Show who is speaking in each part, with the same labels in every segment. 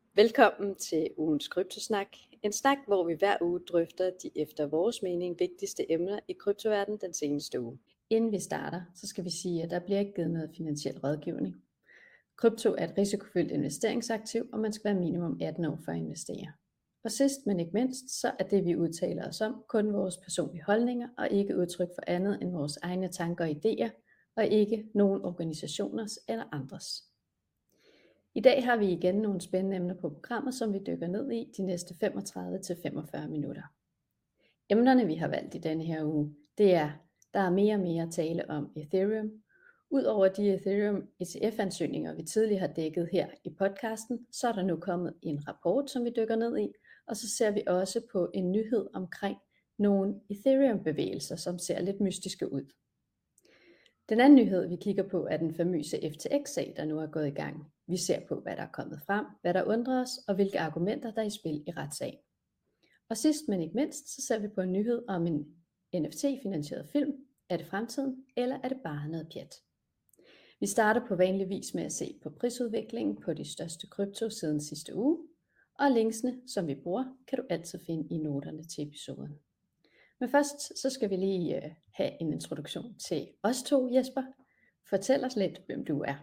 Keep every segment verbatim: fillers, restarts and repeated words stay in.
Speaker 1: Velkommen til ugens Kryptosnak. En snak, hvor vi hver uge drøfter de efter vores mening vigtigste emner i kryptoverdenen den seneste uge. Inden vi starter, så skal vi sige, at der bliver ikke givet noget finansiel rådgivning. Krypto er et risikofyldt investeringsaktiv, og man skal være minimum atten år for at investere. Og sidst, men ikke mindst, så er det, vi udtaler os om, kun vores personlige holdninger, og ikke udtryk for andet end vores egne tanker og idéer, og ikke nogen organisationers eller andres. I dag har vi igen nogle spændende emner på programmet, som vi dykker ned i de næste femogtredive til femogfyrre minutter. Emnerne, vi har valgt i denne her uge, det er, der er mere og mere tale om Ethereum. Udover de Ethereum E T F-ansøgninger, vi tidligere har dækket her i podcasten, så er der nu kommet en rapport, som vi dykker ned i, og så ser vi også på en nyhed omkring nogle Ethereum-bevægelser, som ser lidt mystiske ud. Den anden nyhed, vi kigger på, er den famøse F T X-sag, der nu er gået i gang. Vi ser på, hvad der er kommet frem, hvad der undrer os, og hvilke argumenter, der er i spil i retssagen. Og sidst, men ikke mindst, så ser vi på en nyhed om en N F T-finansieret film. Er det fremtiden, eller er det bare noget pjat? Vi starter på vanlig vis med at se på prisudviklingen på de største krypto siden sidste uge, og linksene, som vi bruger, kan du altid finde i noterne til episoden. Men først så skal vi lige uh, have en introduktion til os to, Jesper. Fortæl os lidt, hvem du er.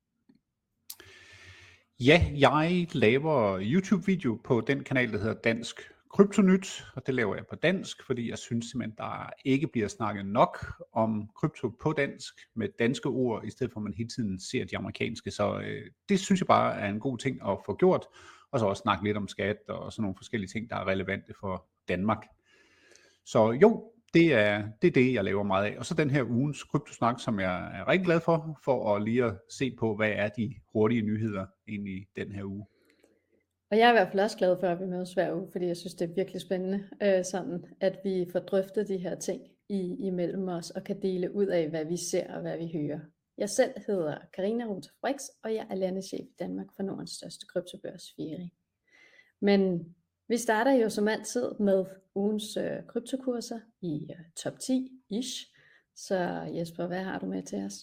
Speaker 2: Ja, jeg laver YouTube-video på den kanal, der hedder Dansk Kryptonyt, og det laver jeg på dansk, fordi jeg synes simpelthen, der ikke bliver snakket nok om krypto på dansk med danske ord, i stedet for at man hele tiden ser de amerikanske. Så øh, det synes jeg bare er en god ting at få gjort, og så også snakke lidt om skat og sådan nogle forskellige ting, der er relevante for Danmark. Så jo, det er, det er det, jeg laver meget af. Og så den her ugens kryptosnak, som jeg er rigtig glad for, for at lige at se på, hvad er de hurtige nyheder egentlig den her uge.
Speaker 1: Og jeg er i hvert fald også glad for, at vi mødes hver uge, fordi jeg synes, det er virkelig spændende, øh, sådan, at vi får drøftet de her ting i, imellem os, og kan dele ud af, hvad vi ser og hvad vi hører. Jeg selv hedder Karina Rothe Brix, og jeg er landeschef i Danmark for Nordens største kryptobørs, Feri. Men vi starter jo som altid med ugens øh, kryptokurser i øh, top ti-ish. Så Jesper, hvad har du med til os?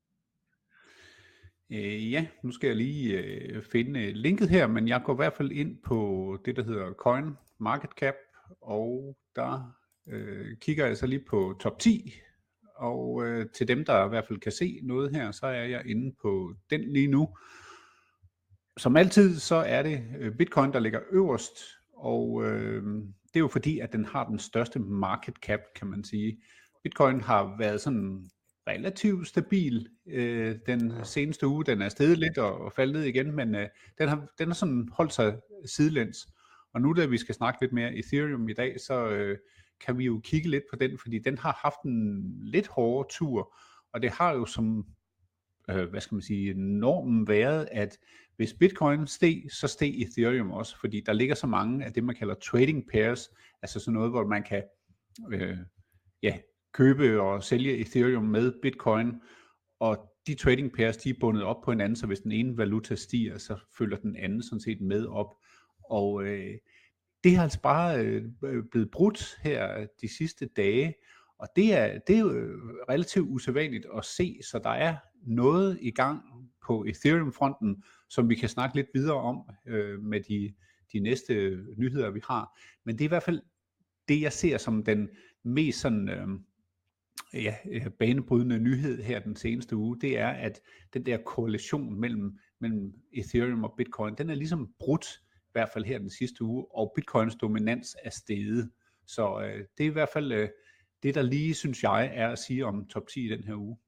Speaker 2: Øh, ja, nu skal jeg lige øh, finde linket her, men jeg går i hvert fald ind på det, der hedder Coin Market Cap, og der øh, kigger jeg så lige på top ti, og øh, til dem, der i hvert fald kan se noget her, så er jeg inde på den lige nu. Som altid, så er det Bitcoin, der ligger øverst, og øh, det er jo fordi, at den har den største market cap, kan man sige. Bitcoin har været sådan relativt stabil øh, den seneste uge. Den er steget lidt og, og faldet igen, men øh, den, har, den har sådan holdt sig sidelæns. Og nu da vi skal snakke lidt mere Ethereum i dag, så øh, kan vi jo kigge lidt på den, fordi den har haft en lidt hårdere tur, og det har jo som øh, hvad skal man sige, normen været, at hvis Bitcoin steg, så steg Ethereum også, fordi der ligger så mange af det, man kalder trading pairs, altså sådan noget, hvor man kan øh, ja, købe og sælge Ethereum med Bitcoin, og de trading pairs, de er bundet op på hinanden, så hvis den ene valuta stiger, så følger den anden sådan set med op, og øh, det har altså bare øh, blevet brudt her de sidste dage, og det er, det er jo relativt usædvanligt at se, så der er noget i gang på Ethereum-fronten, som vi kan snakke lidt videre om øh, med de, de næste nyheder, vi har. Men det er i hvert fald det, jeg ser som den mest sådan, øh, ja, banebrydende nyhed her den seneste uge, det er, at den der korrelation mellem, mellem Ethereum og Bitcoin, den er ligesom brudt, i hvert fald her den sidste uge, og Bitcoins dominans er steget. Så øh, det er i hvert fald øh, det, der lige, synes jeg, er at sige om top ti i den her uge.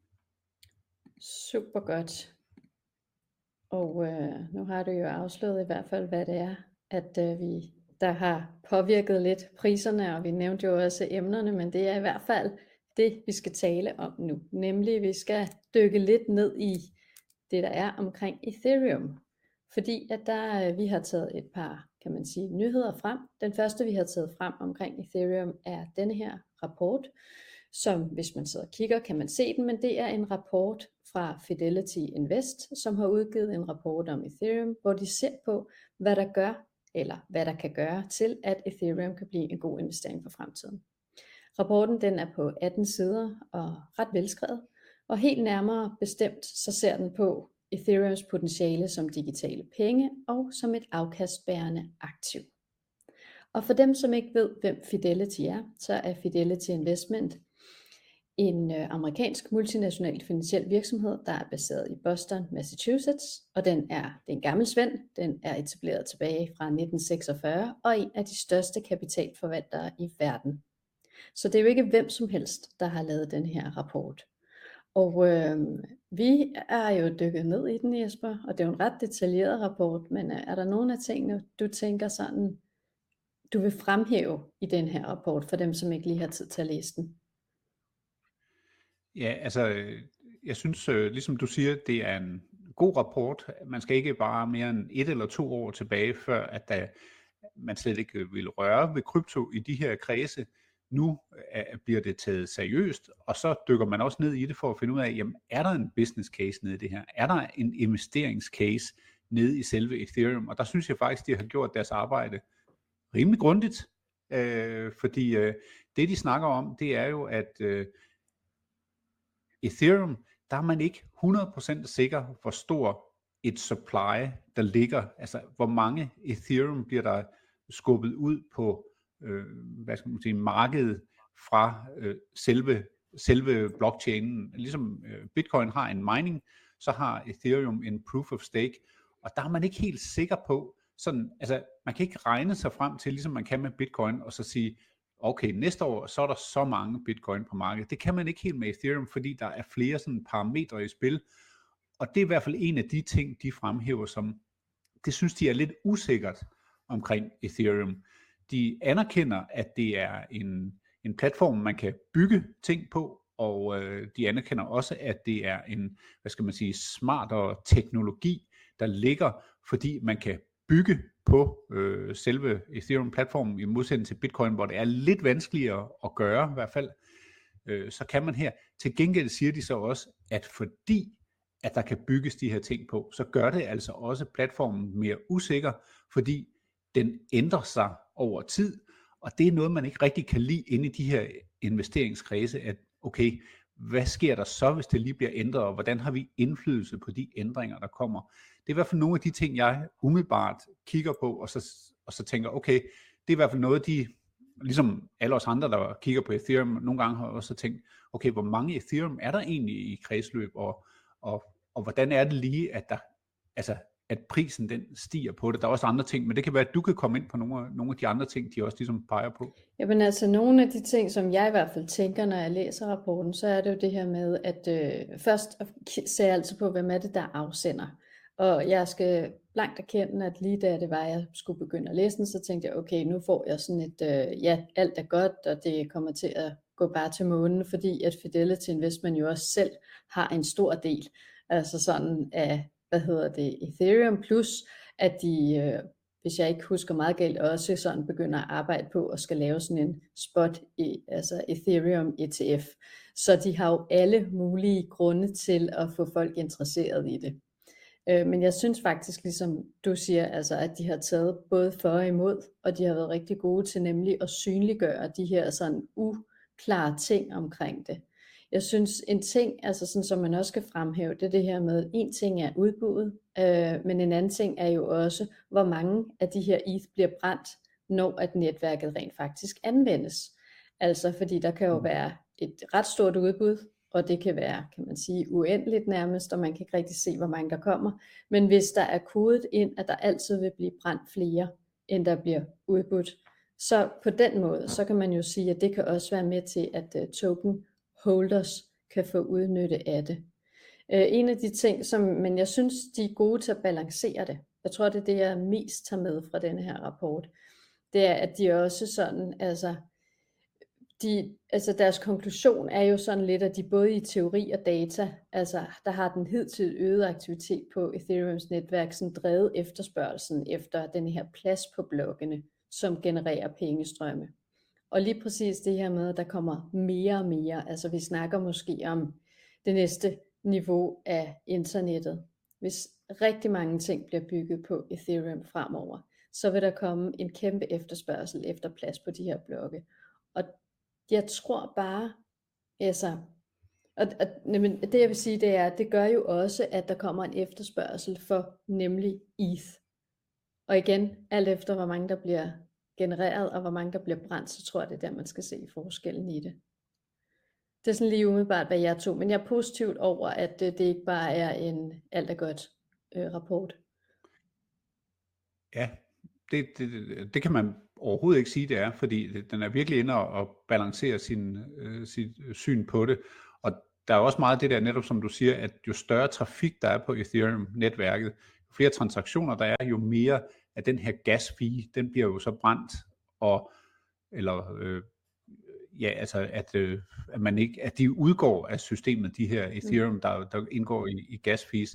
Speaker 1: Super godt. Og øh, nu har du jo afsløret i hvert fald, hvad det er, at øh, vi der har påvirket lidt priserne, og vi nævnte jo også emnerne, men det er i hvert fald det, vi skal tale om nu. Nemlig, vi skal dykke lidt ned i det, der er omkring Ethereum. Fordi at der, vi har taget et par, kan man sige, nyheder frem. Den første, vi har taget frem omkring Ethereum, er denne her rapport, som hvis man sidder og kigger, kan man se den, men det er en rapport fra Fidelity Invest, som har udgivet en rapport om Ethereum, hvor de ser på, hvad der gør, eller hvad der kan gøre til, at Ethereum kan blive en god investering for fremtiden. Rapporten den er på atten sider og ret velskrevet, og helt nærmere bestemt, så ser den på Ethereums potentiale som digitale penge og som et afkastbærende aktiv. Og for dem, som ikke ved, hvem Fidelity er, så er Fidelity Investment en øh, amerikansk multinational finansiel virksomhed, der er baseret i Boston, Massachusetts, og den er, det er en gammel svend. Den er etableret tilbage fra nitten seksogfyrre og en af de største kapitalforvaltere i verden. Så det er jo ikke hvem som helst, der har lavet den her rapport. Og øh, vi er jo dykket ned i den, Jesper, og det er jo en ret detaljeret rapport, men er der nogle af tingene, du tænker sådan, du vil fremhæve i den her rapport, for dem, som ikke lige har tid til at læse den?
Speaker 2: Ja, altså, jeg synes, øh, ligesom du siger, det er en god rapport. Man skal ikke bare mere end et eller to år tilbage, før at der, man slet ikke vil røre ved krypto i de her kredse. Nu øh, bliver det taget seriøst, og så dykker man også ned i det for at finde ud af, jamen, er der en business case nede i det her? Er der en investeringscase nede i selve Ethereum? Og der synes jeg faktisk, de har gjort deres arbejde rimelig grundigt, øh, fordi øh, det, de snakker om, det er jo, at øh, Ethereum, der er man ikke hundrede procent sikker, hvor stor et supply, der ligger. Altså, hvor mange Ethereum bliver der skubbet ud på øh, hvad skal man sige, markedet fra øh, selve, selve blockchainen. Ligesom øh, Bitcoin har en mining, så har Ethereum en proof of stake, og der er man ikke helt sikker på, sådan, altså, man kan ikke regne sig frem til, ligesom man kan med Bitcoin, og så sige, okay, næste år, så er der så mange Bitcoin på markedet. Det kan man ikke helt med Ethereum, fordi der er flere sådan parametre i spil, og det er i hvert fald en af de ting, de fremhæver som, det synes de er lidt usikkert omkring Ethereum. De anerkender, at det er en, en platform, man kan bygge ting på, og øh, de anerkender også, at det er en, hvad skal man sige, smartere teknologi, der ligger, fordi man kan bygge på øh, selve Ethereum-platformen i modsætning til Bitcoin, hvor det er lidt vanskeligere at gøre i hvert fald, øh, så kan man her. Til gengæld siger de så også, at fordi at der kan bygges de her ting på, så gør det altså også platformen mere usikker, fordi den ændrer sig over tid, og det er noget, man ikke rigtig kan lide inde i de her investeringskredse, at okay, hvad sker der så, hvis det lige bliver ændret, og hvordan har vi indflydelse på de ændringer, der kommer? Det er i hvert fald nogle af de ting, jeg umiddelbart kigger på, og så, og så tænker, okay, det er i hvert fald noget, de, ligesom alle os andre, der kigger på Ethereum, nogle gange har også tænkt, okay, hvor mange Ethereum er der egentlig i kredsløb, og, og, og hvordan er det lige, at der, altså, at prisen den stiger på det. Der er også andre ting, men det kan være, at du kan komme ind på nogle af, nogle af de andre ting, de også ligesom peger på.
Speaker 1: Jamen altså, nogle af de ting, som jeg i hvert fald tænker, når jeg læser rapporten, så er det jo det her med, at øh, først ser jeg altså på, hvem er det, der afsender. Og jeg skal blankt erkende, at lige da det var, jeg skulle begynde at læse den, så tænkte jeg, okay, nu får jeg sådan et, øh, ja, alt er godt, og det kommer til at gå bare til månen, fordi at Fidelity Investment jo også selv har en stor del, altså sådan af, hvad hedder det, Ethereum, plus at de, øh, hvis jeg ikke husker meget galt, også sådan begynder at arbejde på og skal lave sådan en spot, i, altså Ethereum E T F. Så de har jo alle mulige grunde til at få folk interesseret i det. Øh, men jeg synes faktisk, ligesom du siger, altså, at de har taget både for og imod, og de har været rigtig gode til nemlig at synliggøre de her sådan uklare ting omkring det. Jeg synes en ting, altså sådan, som man også skal fremhæve, det er det her med, en ting er udbuddet, øh, men en anden ting er jo også, hvor mange af de her E T H bliver brændt, når at netværket rent faktisk anvendes. Altså fordi der kan jo være et ret stort udbud, og det kan være, kan man sige, uendeligt nærmest, og man kan ikke rigtig se, hvor mange der kommer. Men hvis der er kodet ind, at der altid vil blive brændt flere, end der bliver udbudt, så på den måde, så kan man jo sige, at det kan også være med til, at uh, token holders kan få udnytte af det. Uh, en af de ting, som, men jeg synes, de er gode til at balancere det. Jeg tror, det er det, jeg mest tager med fra denne her rapport. Det er, at de også sådan, altså, de, altså deres konklusion er jo sådan lidt, at de både i teori og data, altså der har den hidtil øget aktivitet på Ethereums netværk, sådan drevet efterspørgelsen efter den her plads på blokkene, som genererer pengestrømme. Og lige præcis det her med, at der kommer mere og mere, altså vi snakker måske om det næste niveau af internettet. Hvis rigtig mange ting bliver bygget på Ethereum fremover, så vil der komme en kæmpe efterspørgsel efter plads på de her blokke. Og jeg tror bare, altså, Og, og nemlig, det jeg vil sige, det er, at det gør jo også, at der kommer en efterspørgsel for nemlig E T H. Og igen, alt efter hvor mange der bliver genereret, og hvor mange der bliver brændt, så tror jeg, det er der, man skal se forskellen i det. Det er sådan lige umiddelbart, hvad jeg tog, men jeg er positivt over, at det, det ikke bare er en alt er godt øh, rapport.
Speaker 2: Ja, det, det, det kan man overhovedet ikke sige, det er, fordi den er virkelig inde og balancere sin, øh, sit syn på det. Og der er også meget det der, netop som du siger, at jo større trafik der er på Ethereum-netværket, jo flere transaktioner der er, jo mere af den her gas fee, den bliver jo så brændt, og eller øh, ja, altså at, øh, at man ikke, at de udgår af systemet, de her Ethereum, mm. der, der indgår i, i gas fees.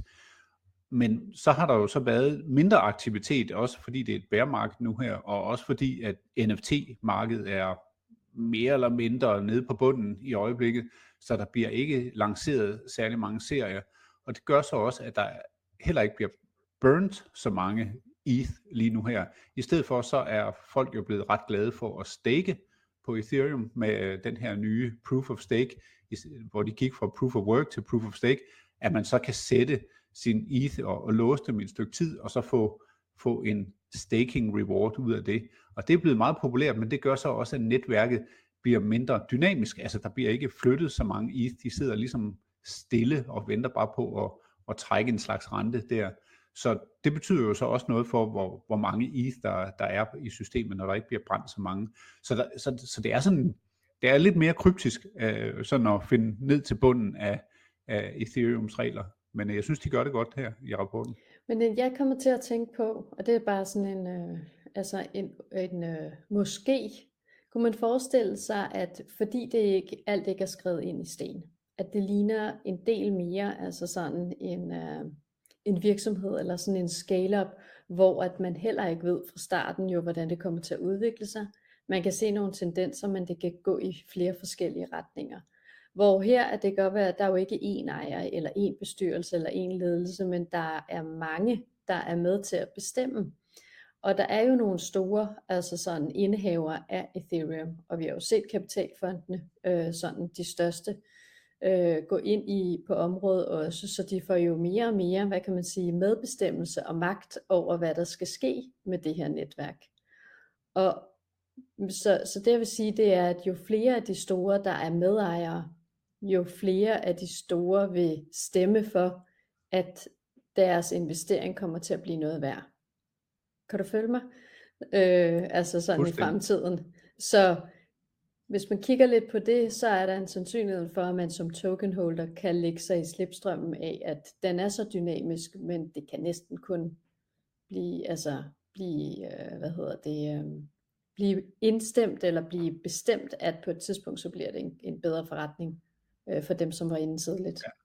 Speaker 2: Men så har der jo så været mindre aktivitet, også fordi det er et bærmarked nu her, og også fordi at N F T-markedet er mere eller mindre nede på bunden i øjeblikket, så der bliver ikke lanceret særlig mange serier, og det gør så også, at der heller ikke bliver burnt så mange E T H lige nu her. I stedet for så er folk jo blevet ret glade for at stake på Ethereum med den her nye Proof of Stake, hvor de gik fra Proof of Work til Proof of Stake, at man så kan sætte sin E T H og, og låse dem i et stykke tid, og så få, få en staking reward ud af det. Og det er blevet meget populært, men det gør så også, at netværket bliver mindre dynamisk. Altså der bliver ikke flyttet så mange E T H, de sidder ligesom stille og venter bare på at, at trække en slags rente der. Så det betyder jo så også noget for, hvor, hvor mange E T H der, der er i systemet, når der ikke bliver brændt så mange. Så, der, så, så det er sådan, det er lidt mere kryptisk, øh, sådan at finde ned til bunden af, af Ethereums regler. Men jeg synes, de gør det godt her i rapporten.
Speaker 1: Men det, jeg kommer til at tænke på, og det er bare sådan en, øh, altså en, en øh, måske, kunne man forestille sig, at fordi det ikke, alt ikke er skrevet ind i sten, at det ligner en del mere, altså sådan en, øh, en virksomhed, eller sådan en scale-up, hvor at man heller ikke ved fra starten jo, hvordan det kommer til at udvikle sig. Man kan se nogle tendenser, men det kan gå i flere forskellige retninger. Hvor her at det kan godt være, at der er jo ikke én ejer, eller én bestyrelse, eller én ledelse, men der er mange, der er med til at bestemme. Og der er jo nogle store, altså sådan indehaver af Ethereum, og vi har jo set kapitalfondene, øh, sådan de største, øh, gå ind i på området også, så de får jo mere og mere, hvad kan man sige, medbestemmelse og magt over, hvad der skal ske med det her netværk. Og så, så det jeg vil sige, det er, at jo flere af de store, der er medejere, jo flere af de store vil stemme for, at deres investering kommer til at blive noget værd. Kan du følge mig? Øh, altså sådan i fremtiden. Så hvis man kigger lidt på det, så er der en sandsynlighed for, at man som tokenholder kan lægge sig i slipstrømmen af, at den er så dynamisk, men det kan næsten kun blive, altså blive, øh, hvad hedder det, øh, blive indstemt eller blive bestemt, at på et tidspunkt så bliver det en, en bedre forretning øh, for dem, som var inde tidligt. Ja.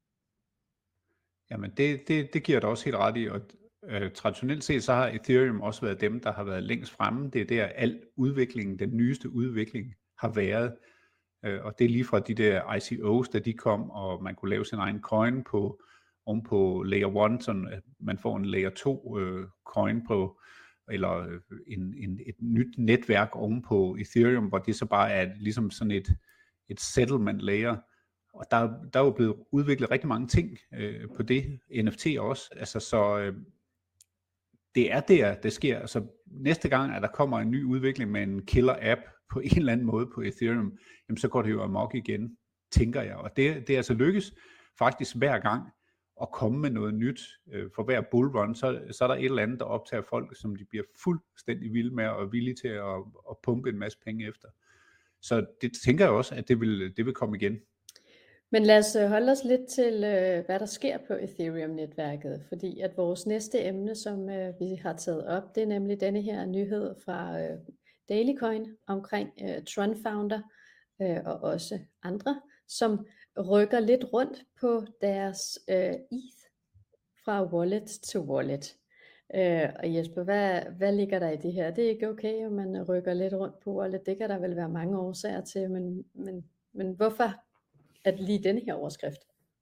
Speaker 2: Jamen det, det, det giver dig også helt ret i, og øh, traditionelt set så har Ethereum også været dem, der har været længst fremme. Det er der al udviklingen, den nyeste udvikling har været, øh, og det er lige fra de der I C O's, da de kom, og man kunne lave sin egen coin på oven på layer et, så man får en layer to øh, coin på, eller en, en, et nyt netværk oven på Ethereum, hvor det så bare er ligesom sådan et, et settlement layer. Og der, der er jo blevet udviklet rigtig mange ting øh, på det, N F T også, altså så øh, det er der, det sker. Altså næste gang, at der kommer en ny udvikling med en killer app på en eller anden måde på Ethereum, jamen så går det jo amok igen, tænker jeg. Og det, det er altså lykkes faktisk hver gang at komme med noget nyt. Øh, for hver bullrun, så, så er der et eller andet, der optager folk, som de bliver fuldstændig vilde med og villige til at, at pumpe en masse penge efter. Så det tænker jeg også, at det vil, det vil komme igen.
Speaker 1: Men lad os holde os lidt til, øh, hvad der sker på Ethereum-netværket, fordi at vores næste emne, som øh, vi har taget op, det er nemlig denne her nyhed fra øh, Dailycoin omkring øh, Tron Founder øh, og også andre, som rykker lidt rundt på deres øh, E T H fra wallet til wallet. Øh, og Jesper, hvad, hvad ligger der i det her? Det er ikke okay, at man rykker lidt rundt på wallet. Det kan der vel være mange årsager til, men, men, men hvorfor at lige denne her overskrift?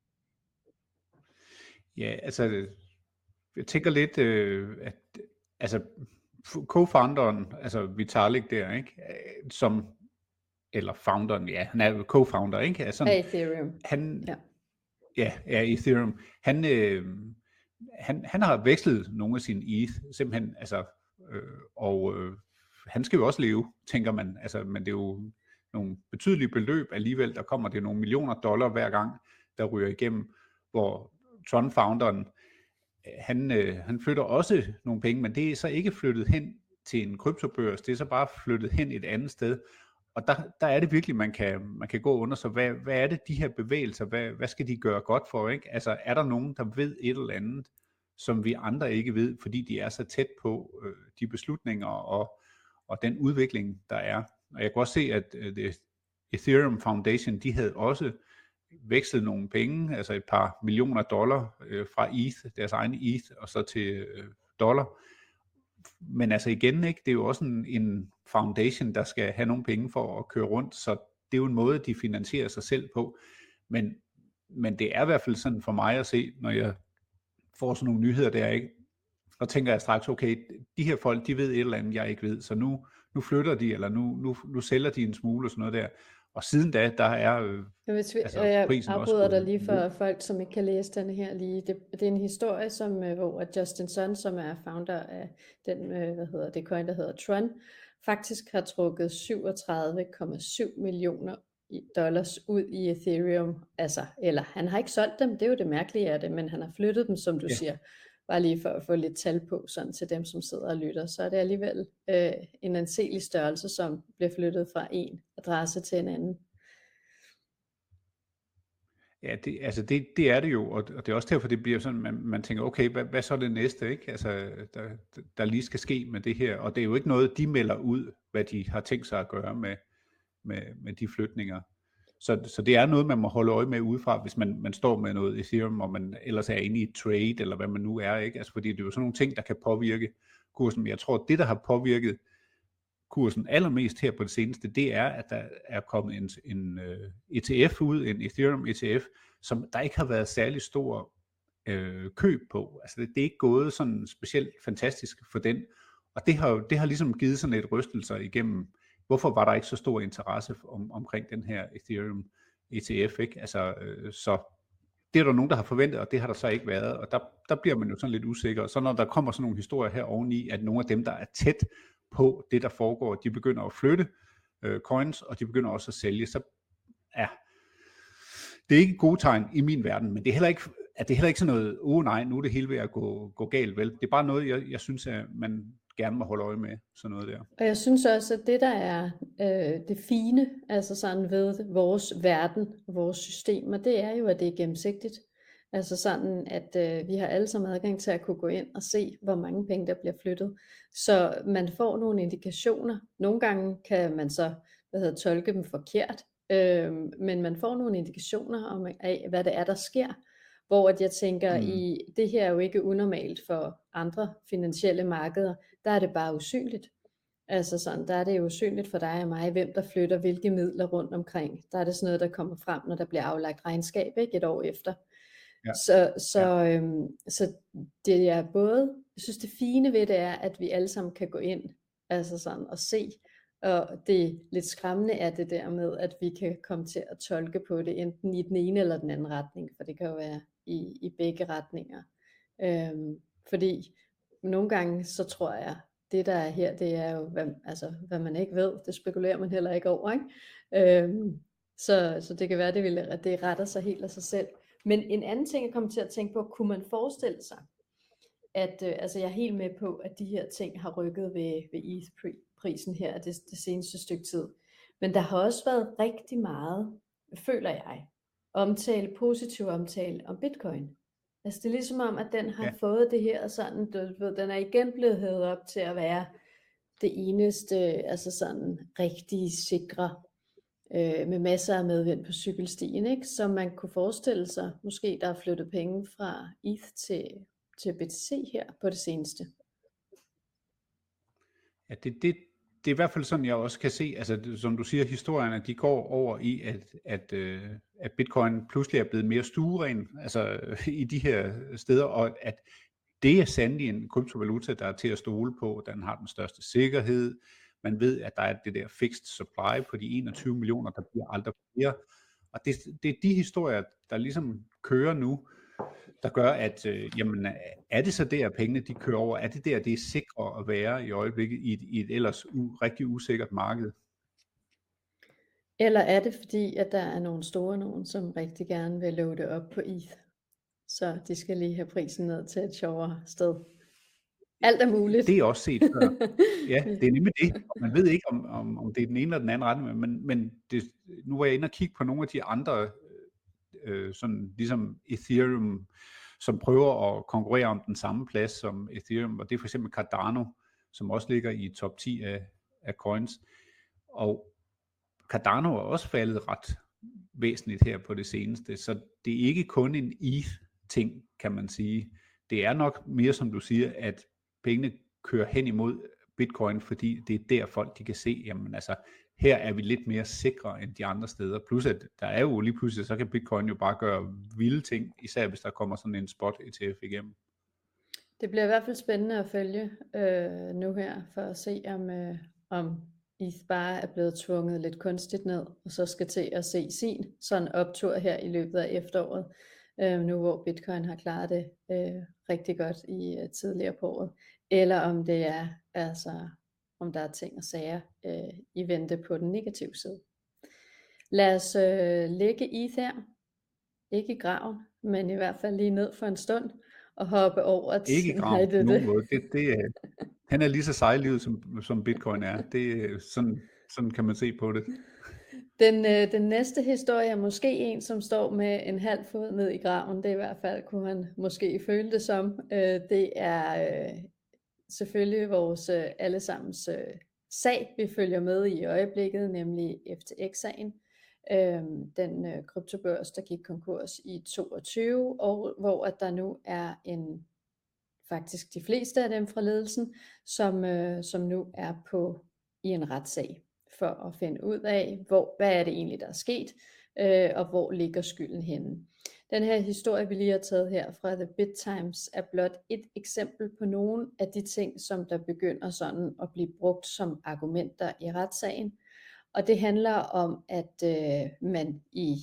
Speaker 2: Ja, altså, jeg tænker lidt, øh, at altså, co-founderen, altså Vitalik der, ikke, som eller founderen, ja, han er jo co-founder, ikke? Altså,
Speaker 1: Af Ethereum.
Speaker 2: han,
Speaker 1: Ja.
Speaker 2: ja, ja, Ethereum, han, øh, han, han har vekslet nogle af sine E T H, simpelthen, altså, øh, og øh, han skal jo også leve, tænker man, altså, men det er jo nogle betydelige beløb alligevel, der kommer det nogle millioner dollar hver gang, der ryger igennem, hvor Tron-founderen, han, øh, han flytter også nogle penge, men det er så ikke flyttet hen til en kryptobørs, det er så bare flyttet hen et andet sted, og der, der er det virkelig, man kan, man kan gå under, så hvad, hvad er det, de her bevægelser, hvad, hvad skal de gøre godt for, ikke? Altså, er der nogen, der ved et eller andet, som vi andre ikke ved, fordi de er så tæt på øh, de beslutninger og, og den udvikling, der er. Og jeg kan også se, at øh, det Ethereum Foundation, de havde også vekslet nogle penge, altså et par millioner dollar øh, fra E T H, deres egen E T H, og så til øh, dollar. Men altså igen, ikke, det er jo også en, en foundation, der skal have nogle penge for at køre rundt, så det er jo en måde, de finansierer sig selv på. Men, men det er i hvert fald sådan for mig at se, når jeg får sådan nogle nyheder der, ikke, og tænker jeg straks, okay, de her folk, de ved et eller andet, jeg ikke ved, så nu, nu flytter de, eller nu, nu, nu sælger de en smule og sådan noget der. Og siden da, der er øh,
Speaker 1: Jeg, vil tv-
Speaker 2: altså,
Speaker 1: jeg
Speaker 2: prisen også
Speaker 1: afbryder dig
Speaker 2: gået
Speaker 1: lige for
Speaker 2: ned.
Speaker 1: folk, som ikke kan læse den her lige. Det, det er en historie, som, øh, hvor at Justin Sun, som er founder af den, øh, hvad hedder det, coin, der hedder Tron, faktisk har trukket syvogtredive komma syv millioner i- dollars ud i Ethereum. Altså, eller han har ikke solgt dem, det er jo det mærkelige af det, men han har flyttet dem, som du
Speaker 2: Ja.
Speaker 1: siger, bare lige for at få lidt tal på, sådan til dem, som sidder og lytter. Så er det alligevel øh, en anselig størrelse, som bliver flyttet fra en adresse til en anden.
Speaker 2: Ja, det, altså det, det er det jo, og, og det er også derfor, det bliver sådan, man, man tænker, okay, hvad, hvad så er det næste, ikke? Altså, der, der lige skal ske med det her, og det er jo ikke noget, de melder ud, hvad de har tænkt sig at gøre med, med, med de flytninger. Så, så det er noget, man må holde øje med udefra, hvis man, man står med noget Ethereum, og man ellers er inde i et trade, eller hvad man nu er, ikke? Altså, fordi det er jo sådan nogle ting, der kan påvirke kursen. Men jeg tror, det, der har påvirket kursen allermest her på det seneste, det er, at der er kommet en, en uh, E T F ud, en Ethereum E T F, som der ikke har været særlig stor øh, køb på. Altså det, det er ikke gået sådan specielt fantastisk for den, og det har, det har ligesom givet sådan et rystelser igennem, hvorfor var der ikke så stor interesse om, omkring den her Ethereum E T F, ikke? Altså, øh, så det er der nogen, der har forventet, og det har der så ikke været, og der, der bliver man jo sådan lidt usikker. Og så når der kommer sådan nogle historier her oveni, at nogle af dem, der er tæt på det, der foregår, de begynder at flytte øh, coins, og de begynder også at sælge, så ja, det er ikke et gode tegn i min verden, men det er heller ikke, at det er heller ikke sådan noget, åh oh, nej, nu er det hele ved at gå, gå galt, vel? Det er bare noget, jeg, jeg synes, at man gerne må holde øje med, sådan noget der.
Speaker 1: Og jeg synes også, at det der er øh, det fine, altså sådan ved vores verden, vores systemer, det er jo, at det er gennemsigtigt. Altså sådan, at øh, vi har alle sammen adgang til at kunne gå ind og se, hvor mange penge der bliver flyttet. Så man får nogle indikationer. Nogle gange kan man så hvad hedder, tolke dem forkert, øh, men man får nogle indikationer om, af, hvad det er, der sker. Hvor at jeg tænker, mm. i det her er jo ikke unormalt for andre finansielle markeder, der er det bare usynligt. Altså sådan, der er det jo usynligt for dig og mig, hvem der flytter hvilke midler rundt omkring. Der er det sådan noget, der kommer frem, når der bliver aflagt regnskab, ikke, et år efter. Ja. Så, så, ja. øhm, så det er både, jeg synes det fine ved det er, at vi alle sammen kan gå ind altså sådan, og se, og det lidt skræmmende er det der med, at vi kan komme til at tolke på det, enten i den ene eller den anden retning, for det kan jo være i, i begge retninger. Øhm, fordi nogle gange, så tror jeg, det der er her, det er jo, hvad, altså, hvad man ikke ved, det spekulerer man heller ikke over, ikke? Øhm, så, så det kan være, det, vil, at det retter sig helt af sig selv. Men en anden ting, jeg kom til at tænke på, kunne man forestille sig, at øh, altså jeg er helt med på, at de her ting har rykket ved, ved E T H-prisen her det, det seneste stykke tid. Men der har også været rigtig meget, føler jeg, omtale, positiv omtale om Bitcoin. Altså det er ligesom om, at den har ja. fået det her sådan, du ved, den er igen blevet hævet op til at være det eneste, altså sådan rigtig sikre, øh, med masser af medvind på cykelstien, ikke? Så man kunne forestille sig, måske der er flyttet penge fra E T H til, til B T C her på det seneste.
Speaker 2: Ja, det, det, det er i hvert fald sådan, jeg også kan se, altså som du siger, historierne, de går over i, at, at, øh, at Bitcoin pludselig er blevet mere stueren, altså i de her steder, og at det er sandelig en kryptovaluta, der er til at stole på, den har den største sikkerhed, Man ved, at der er det der fixed supply på de enogtyve millioner, der bliver aldrig flere. Og det, det er de historier, der ligesom kører nu, der gør, at øh, jamen, er det så der, pengene de kører over? Er det der, det er sikre at være i øjeblikket i et, i et ellers u, rigtig usikkert marked?
Speaker 1: Eller er det fordi, at der er nogle store nogen, som rigtig gerne vil loade op på E T H, så de skal lige have prisen ned til et sjovere sted? Alt er muligt.
Speaker 2: Det er også set før. Ja, det er nemlig det. Og man ved ikke, om, om, om det er den ene eller den anden retning, men, men det, nu var jeg inde og kigge på nogle af de andre, øh, sådan ligesom Ethereum, som prøver at konkurrere om den samme plads som Ethereum, og det er for eksempel Cardano, som også ligger i top ti af, af coins. Og Cardano er også faldet ret væsentligt her på det seneste, så det er ikke kun en E T H-ting, kan man sige. Det er nok mere, som du siger, at pengene kører hen imod Bitcoin, fordi det er der folk, de kan se, jamen altså, her er vi lidt mere sikre end de andre steder. Plus at der er jo lige pludselig, så kan Bitcoin jo bare gøre vilde ting, især hvis der kommer sådan en spot E T F igennem.
Speaker 1: Det bliver i hvert fald spændende at følge øh, nu her, for at se om, øh, om E T H bare er blevet tvunget lidt kunstigt ned, og så skal til at se sin sådan optur her i løbet af efteråret, øh, nu hvor Bitcoin har klaret det øh, rigtig godt i øh, tidligere på året, eller om det er, altså, om der er ting og sager øh, i vente på den negative side. Lad os øh, lægge E T H her, ikke i graven, men i hvert fald lige ned for en stund, og hoppe over til...
Speaker 2: Ikke i graven på nogen måde. Det, det er, han er lige så sejlivet, som, som Bitcoin er. Det, sådan, sådan kan man se på det.
Speaker 1: Den, øh, den næste historie er måske en, som står med en halv fod ned i graven. Det er i hvert fald, kunne han måske føle det som. Øh, det er øh, selvfølgelig vores øh, allesammens øh, sag, vi følger med i øjeblikket, nemlig F T X-sagen. Øh, den øh, kryptobørs, der gik konkurs i toogtyve, og hvor at der nu er en, faktisk de fleste af dem fra ledelsen, som, øh, som nu er på i en retssag, for at finde ud af, hvor, hvad er det egentlig, der er sket, øh, og hvor ligger skylden henne. Den her historie, vi lige har taget her fra The Bit Times, er blot et eksempel på nogle af de ting, som der begynder sådan at blive brugt som argumenter i retssagen. Og det handler om, at øh, man i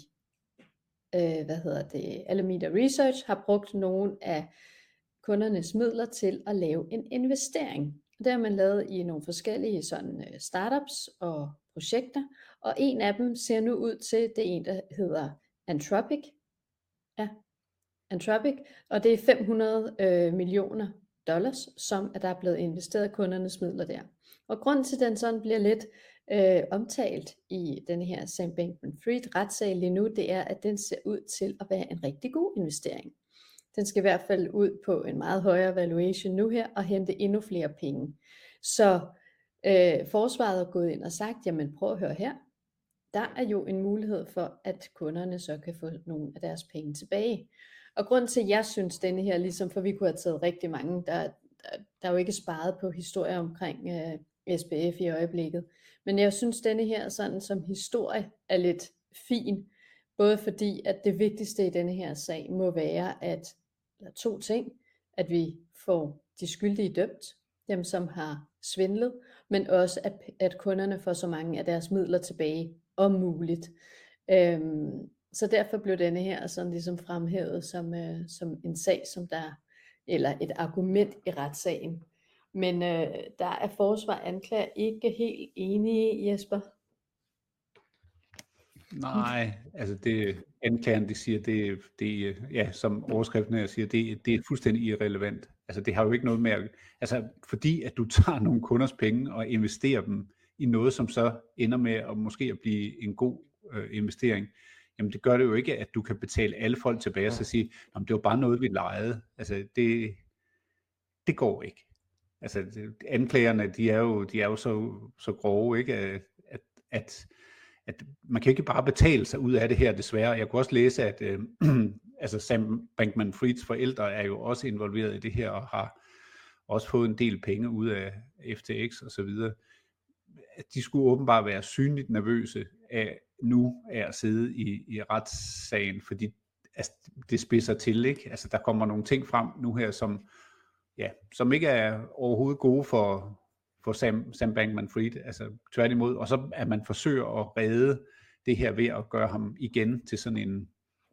Speaker 1: øh, hvad hedder det, Alameda Research har brugt nogle af kundernes midler til at lave en investering. Det har man lavet i nogle forskellige sådan startups og projekter, og en af dem ser nu ud til, det er en, der hedder Anthropic. Ja, Anthropic, og det er fem hundrede øh, millioner dollars, som er der blevet investeret af kundernes midler der. Og grunden til, at den sådan bliver lidt øh, omtalt i den her Sam Bankman-Fried retssag lige nu, det er, at den ser ud til at være en rigtig god investering. Den skal i hvert fald ud på en meget højere valuation nu her, og hente endnu flere penge. Så øh, forsvaret er gået ind og sagt, jamen prøv at høre her, der er jo en mulighed for, at kunderne så kan få nogle af deres penge tilbage. Og grund til, at jeg synes denne her, ligesom for vi kunne have taget rigtig mange, der, der, der er jo ikke sparet på historier omkring øh, S P F i øjeblikket. Men jeg synes, denne her sådan som historie er lidt fin, både fordi, at det vigtigste i denne her sag må være, at der er to ting, at vi får de skyldige dømt, dem som har svindlet, men også at, at kunderne får så mange af deres midler tilbage, om muligt. Øhm, så derfor blev denne her sådan ligesom fremhævet som, øh, som en sag, som der, eller et argument i retssagen. Men øh, der er forsvar og anklager ikke helt enige, Jesper.
Speaker 2: Nej, altså det anklageren, de siger, det, det ja, som overskriften her siger, det, det er fuldstændig irrelevant. Altså det har jo ikke noget med, at, altså fordi at du tager nogle kunders penge og investerer dem i noget, som så ender med at måske at blive en god øh, investering, jamen det gør det jo ikke, at du kan betale alle folk tilbage og så sige, jamen det var bare noget, vi lejede. Altså det, det går ikke. Altså det, anklagerne, de er jo, de er jo så, så grove, ikke, at, at, at at man kan ikke bare betale sig ud af det her, desværre. Jeg kunne også læse, at øh, altså Sam Bankman-Frieds forældre er jo også involveret i det her, og har også fået en del penge ud af F T X og så videre. De skulle åbenbart være synligt nervøse af nu af at sidde i, i retssagen, fordi altså, det spidser til, ikke? Altså der kommer nogle ting frem nu her, som, ja, som ikke er overhovedet gode for, for Sam, Sam Bankman-Fried, altså tværtimod, og så at man forsøger at redde det her ved at gøre ham igen til sådan en,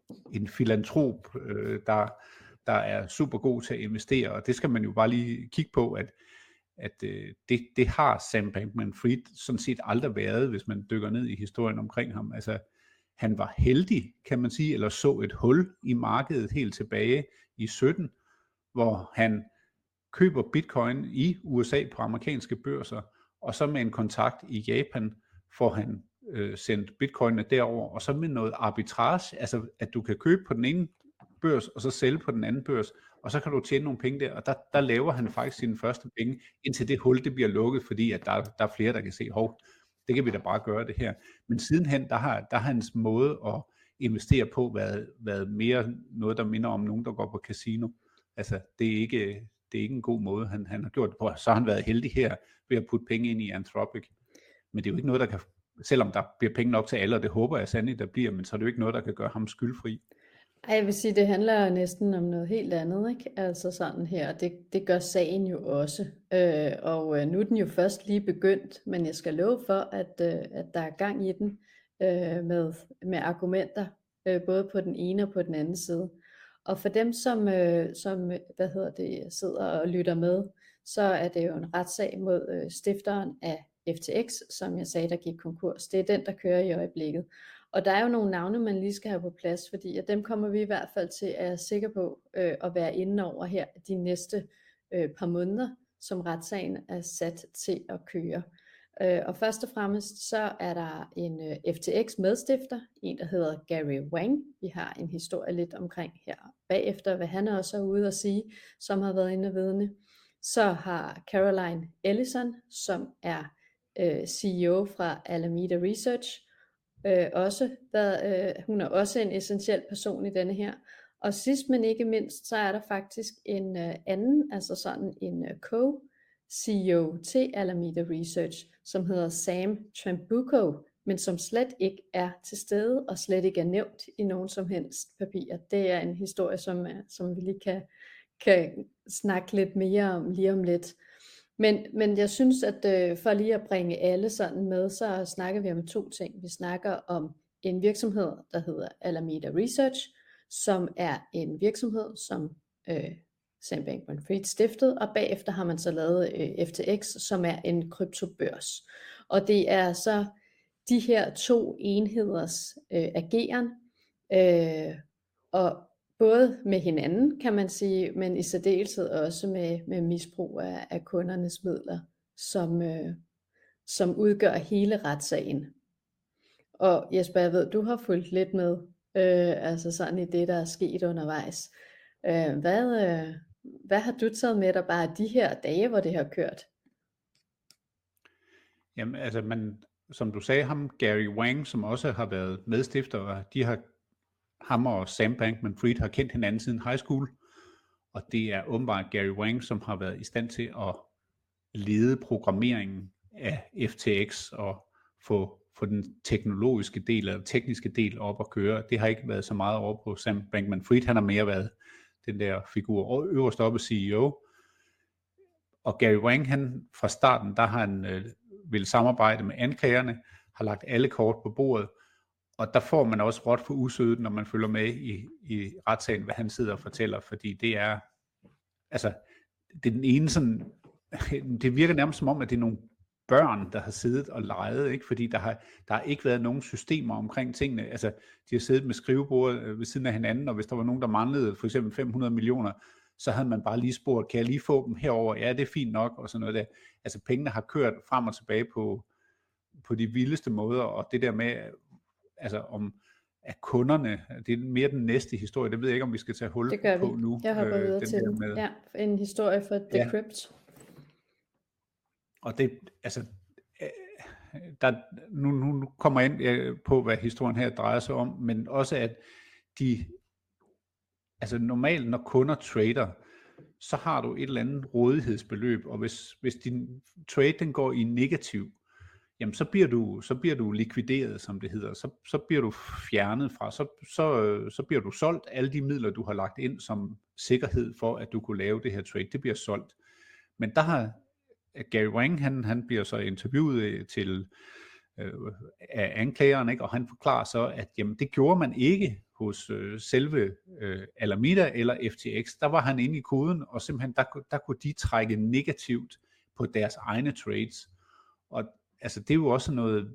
Speaker 2: en filantrop, øh, der, der er super god til at investere, og det skal man jo bare lige kigge på, at, at øh, det, det har Sam Bankman-Fried sådan set aldrig været, hvis man dykker ned i historien omkring ham. Altså, han var heldig, kan man sige, eller så et hul i markedet helt tilbage i sytten, hvor han køber bitcoin i U S A på amerikanske børser, og så med en kontakt i Japan får han øh, sendt bitcoinene derover, og så med noget arbitrage, altså at du kan købe på den ene børs, og så sælge på den anden børs, og så kan du tjene nogle penge der, og der, der laver han faktisk sine første penge, indtil det hul det bliver lukket, fordi at der, der er flere, der kan se, hov, det kan vi da bare gøre det her. Men sidenhen, der har, der har hans måde at investere på været, været mere noget, der minder om nogen, der går på casino. Altså, det er ikke, det er ikke en god måde, han, han har gjort det på. Så har han været heldig her ved at putte penge ind i Anthropic. Men det er jo ikke noget, der kan, selvom der bliver penge nok til alle, og det håber jeg sandelig, der bliver, men så er det jo ikke noget, der kan gøre ham skyldfri.
Speaker 1: Ej, jeg vil sige, det handler næsten om noget helt andet, ikke? Altså sådan her, det, det gør sagen jo også. Øh, og øh, nu er den jo først lige begyndt, men jeg skal love for, at, øh, at der er gang i den øh, med, med argumenter, øh, både på den ene og på den anden side. Og for dem, som, øh, som hvad hedder det, sidder og lytter med, så er det jo en retssag mod øh, stifteren af F T X, som jeg sagde, der gik konkurs. Det er den, der kører i øjeblikket. Og der er jo nogle navne, man lige skal have på plads, fordi at dem kommer vi i hvert fald til, at jeg er sikker på, øh, at være inde over her de næste øh, par måneder, som retssagen er sat til at køre. Øh, og først og fremmest så er der en øh, F T X medstifter, en der hedder Gary Wang. Vi har en historie lidt omkring her bagefter, hvad han også er ude at sige, som har været inde og vidne. Så har Caroline Ellison, som er øh, C E O fra Alameda Research, øh, også været, øh, hun er også en essentiel person i denne her. Og sidst men ikke mindst, så er der faktisk en øh, anden, altså sådan en øh, co-C E O til Alameda Research, som hedder Sam Trabucco, men som slet ikke er til stede og slet ikke er nævnt i nogen som helst papirer. Det er en historie, som, er, som vi lige kan, kan snakke lidt mere om lige om lidt. Men, men jeg synes, at øh, for lige at bringe alle sådan med, så snakker vi om to ting. Vi snakker om en virksomhed, der hedder Alameda Research, som er en virksomhed, som øh, Sam Bankman-Fried stiftede, og bagefter har man så lavet øh, F T X, som er en kryptobørs. Og det er så de her to enheders øh, ageren, øh, og både med hinanden, kan man sige, men i særdeleshed også med, med misbrug af, af kundernes midler, som, øh, som udgør hele retssagen. Og Jesper, jeg ved, du har fulgt lidt med, øh, altså sådan i det, der er sket undervejs. Øh, hvad, øh, hvad har du taget med dig bare de her dage, hvor det har kørt?
Speaker 2: Jamen, altså, man, som du sagde, ham Gary Wang, som også har været medstifter, og de har ham og Sam Bankman-Fried har kendt hinanden siden high school, og det er åbenbart Gary Wang, som har været i stand til at lede programmeringen af F T X og få, få den teknologiske del eller tekniske del op at køre. Det har ikke været så meget over på Sam Bankman-Fried, han har mere været den der figur øverst oppe C E O. Og Gary Wang, han fra starten, der har han øh, vil samarbejde med anklagerne, har lagt alle kort på bordet. Og der får man også råt for usødet, når man følger med i, i retssagen, hvad han sidder og fortæller, fordi det er, altså, det er den ene sådan, det virker nærmest som om, at det er nogle børn, der har siddet og leget, ikke? Fordi der har, der har ikke været nogen systemer omkring tingene, altså, de har siddet med skrivebordet ved siden af hinanden, og hvis der var nogen, der manglede for eksempel fem hundrede millioner, så havde man bare lige spurgt, kan jeg lige få dem herover? Ja, det er fint nok, og sådan noget der. Altså, pengene har kørt frem og tilbage på, på de vildeste måder, og det der med, altså om at kunderne, det er mere den næste historie, det ved jeg ikke, om vi skal tage hul
Speaker 1: det gør
Speaker 2: på
Speaker 1: vi.
Speaker 2: nu.
Speaker 1: Jeg hopper videre
Speaker 2: den
Speaker 1: til den.
Speaker 2: med,
Speaker 1: ja, en historie for Decrypt.
Speaker 2: Ja. Og det, altså, der, nu, nu kommer jeg ind på, hvad historien her drejer sig om, men også at de, altså normalt, når kunder trader, så har du et eller andet rådighedsbeløb, og hvis, hvis din trade den går i negativ, jamen så bliver du så bliver du likvideret, som det hedder. Så så bliver du fjernet fra, så så så bliver du solgt. Alle de midler du har lagt ind som sikkerhed for at du kunne lave det her trade, det bliver solgt. Men der har Gary Wang, han, han bliver så interviewet til øh, af anklageren, ikke? Og han forklarer så, at jamen, det gjorde man ikke hos øh, selve øh, Alameda eller F T X. Der var han inde i koden, og simpelthen der, der kunne de trække negativt på deres egne trades. Og altså, det er jo også noget,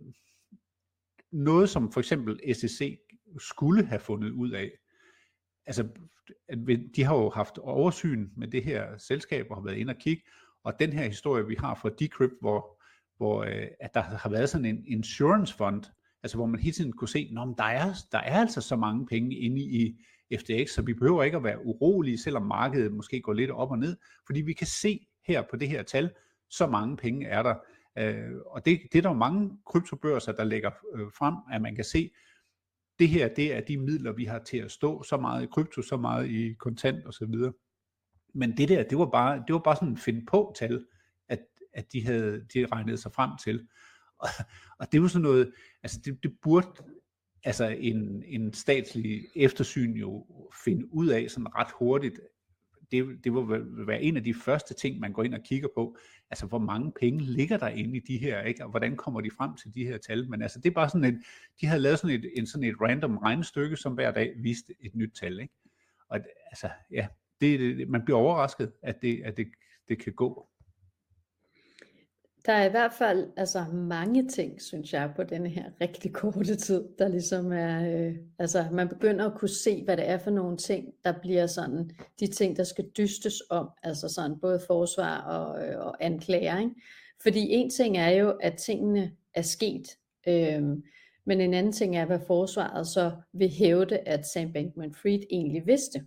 Speaker 2: noget som for eksempel S E C skulle have fundet ud af. Altså, de har jo haft oversyn med det her selskab og har været inde og kigge, og den her historie, vi har fra Decrypt, hvor, hvor øh, at der har været sådan en insurance fund, altså hvor man hele tiden kunne se, at der er, der er altså så mange penge inde i F T X, så vi behøver ikke at være urolige, selvom markedet måske går lidt op og ned, fordi vi kan se her på det her tal, så mange penge er der. Øh, og det, det er der jo mange kryptobørser, der lægger øh, frem, at man kan se, det her, det er de midler, vi har til at stå, så meget i krypto, så meget i kontant og så videre. Men det der, det var bare, det var bare sådan en find på tal, at, at de havde de regnet sig frem til. Og, og det er jo sådan noget, altså det, det burde altså en, en statslig eftersyn jo finde ud af sådan ret hurtigt. Det, det vil være en af de første ting, man går ind og kigger på. Altså, hvor mange penge ligger der inde i de her, ikke? Og hvordan kommer de frem til de her tal? Men altså, det er bare sådan et, de havde lavet sådan et, en, sådan et random regnestykke, som hver dag viste et nyt tal, ikke? Og altså, ja, det, det, man bliver overrasket, at det, at det, det kan gå.
Speaker 1: Der er i hvert fald altså mange ting, synes jeg, på denne her rigtig korte tid, der ligesom er, øh, altså man begynder at kunne se, hvad det er for nogle ting, der bliver sådan, de ting, der skal dystes om, altså sådan både forsvar og, øh, og anklager, ikke? Fordi en ting er jo, at tingene er sket, øh, men en anden ting er, hvad forsvaret så vil hævde, at Sam Bankman-Fried egentlig vidste.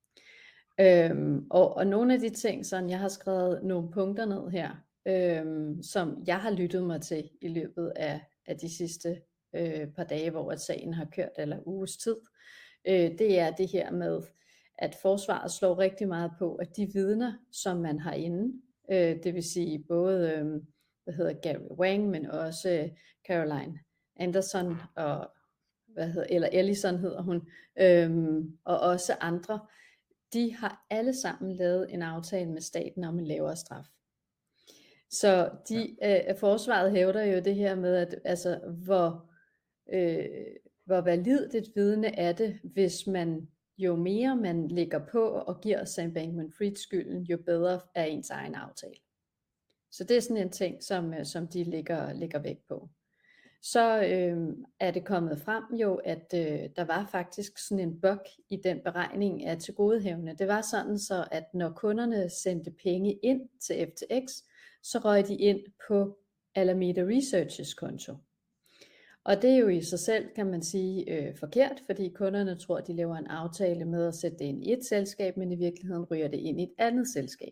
Speaker 1: Øhm, og, og nogle af de ting, sådan jeg har skrevet nogle punkter ned her, Øhm, som jeg har lyttet mig til i løbet af, af de sidste øh, par dage, hvor at sagen har kørt, eller uges tid, øh, det er det her med, at forsvaret slår rigtig meget på, at de vidner, som man har inde, øh, det vil sige både øh, hvad hedder Gary Wang, men også øh, Caroline Anderson, og hvad hedder, eller Ellison hedder hun, øh, og også andre, de har alle sammen lavet en aftale med staten om en lavere straf. Så de, ja. øh, forsvaret hævder jo det her med, at altså, hvor, øh, hvor validt et vidne er det, hvis man jo mere man lægger på og giver Sam Bankman-Fried skylden, jo bedre er ens egen aftale. Så det er sådan en ting, som, som de lægger, lægger vægt på. Så øh, er det kommet frem jo, at øh, der var faktisk sådan en bug i den beregning af tilgodehavende. Det var sådan så, at når kunderne sendte penge ind til F T X, så røg de ind på Alameda Researches konto. Og det er jo i sig selv, kan man sige, øh, forkert, fordi kunderne tror, at de laver en aftale med at sætte det ind i et selskab, men i virkeligheden ryger det ind i et andet selskab.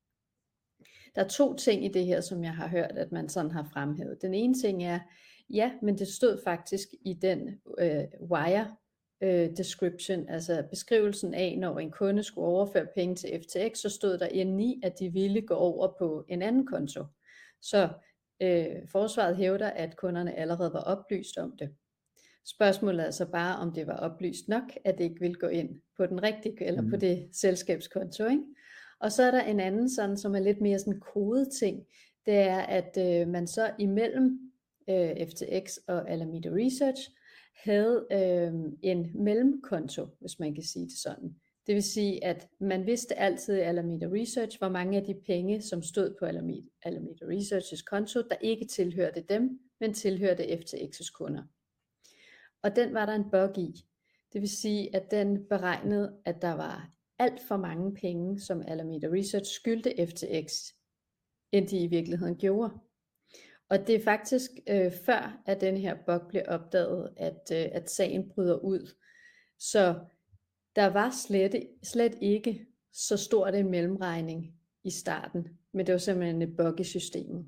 Speaker 1: Der er to ting i det her, som jeg har hørt, at man sådan har fremhævet. Den ene ting er, ja, men det stod faktisk i den øh, wire øh, description, altså beskrivelsen af, når en kunde skulle overføre penge til F T X, så stod der inde i, at de ville gå over på en anden konto. Så øh, forsvaret hævder, at kunderne allerede var oplyst om det. Spørgsmålet er altså bare, om det var oplyst nok, at det ikke ville gå ind på den rigtige, eller mm. på det selskabskonto, ikke? Og så er der en anden sådan, som er lidt mere sådan kodet ting, det er, at øh, man så imellem øh, F T X og Alameda Research havde øh, en mellemkonto, hvis man kan sige det sådan. Det vil sige, at man vidste altid i Alameda Research, hvor mange af de penge, som stod på Alameda, Alameda Researches konto, der ikke tilhørte dem, men tilhørte F T X's kunder. Og den var der en bug i. Det vil sige, at den beregnede, at der var alt for mange penge, som Alameda Research skyldte F T X, end de i virkeligheden gjorde. Og det er faktisk øh, før, at den her bug blev opdaget, at, øh, at sagen bryder ud. Så der var slet, slet ikke så stort en mellemregning i starten, men det var simpelthen et bug i systemet.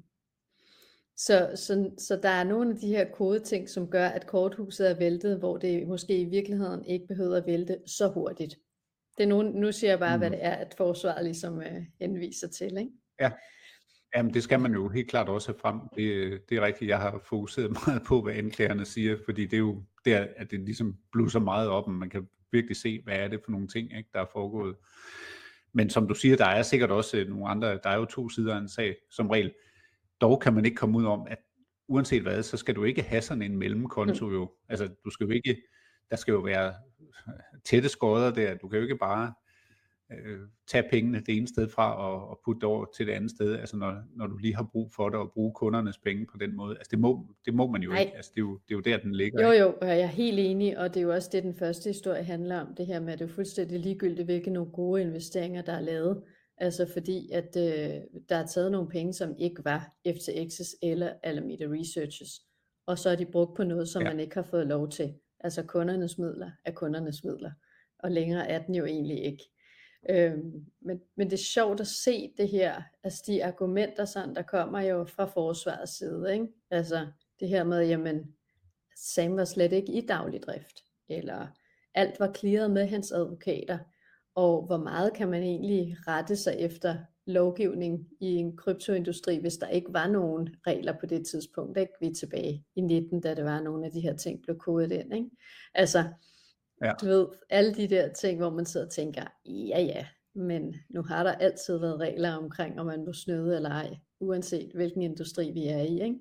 Speaker 1: Så, så, så der er nogle af de her kodeting, som gør, at korthuset er væltet, hvor det måske i virkeligheden ikke behøver at vælte så hurtigt. Det er nogle, nu siger jeg bare, mm. hvad det er, at forsvaret ligesom øh, henviser til, ikke?
Speaker 2: Ja. Jamen, det skal man jo helt klart også have frem. Det, det er rigtigt, jeg har fokuseret meget på, hvad anklagerne siger, fordi det er jo der, at det ligesom blusser meget op, og man kan virkelig se, hvad er det for nogle ting, ikke, der er foregået. Men som du siger, der er sikkert også øh, nogle andre, der er jo to sider af en sag som regel. Dog kan man ikke komme ud om, at uanset hvad, så skal du ikke have sådan en mellemkonto
Speaker 1: Mm.
Speaker 2: jo. Altså du skal jo ikke, der skal jo være tætte skodder der. Du kan jo ikke bare øh, tage pengene det ene sted fra og, og putte det over til det andet sted, altså når, når du lige har brug for det og bruge kundernes penge på den måde. Altså det må, det må man jo
Speaker 1: Nej.
Speaker 2: ikke. Altså det er jo, det er jo der, den ligger.
Speaker 1: Jo
Speaker 2: ikke?
Speaker 1: jo, og jeg er helt enig, og det er jo også det, den første historie handler om, det her med, at det er fuldstændig ligegyldigt, hvilke nogle gode investeringer, der er lavet. Altså fordi, at øh, der er taget nogle penge, som ikke var F T X's eller Alameda Research's, og så er de brugt på noget, som
Speaker 2: Ja.
Speaker 1: man ikke har fået lov til. Altså kundernes midler er kundernes midler, og længere er den jo egentlig ikke. Øhm, men, men det er sjovt at se det her, altså de argumenter, sådan, der kommer jo fra forsvarets side, ikke? Altså det her med, jamen, Sam var slet ikke i daglig drift, eller alt var clearet med hans advokater, og hvor meget kan man egentlig rette sig efter lovgivning i en kryptoindustri, hvis der ikke var nogen regler på det tidspunkt, ikke? Vi er tilbage i nitten, da det var nogle af de her ting blev kodet ind, ikke? Altså,
Speaker 2: Ja.
Speaker 1: du ved, alle de der ting, hvor man sidder og tænker, ja ja, men nu har der altid været regler omkring, om man må snyde eller ej, uanset hvilken industri vi er i, ikke?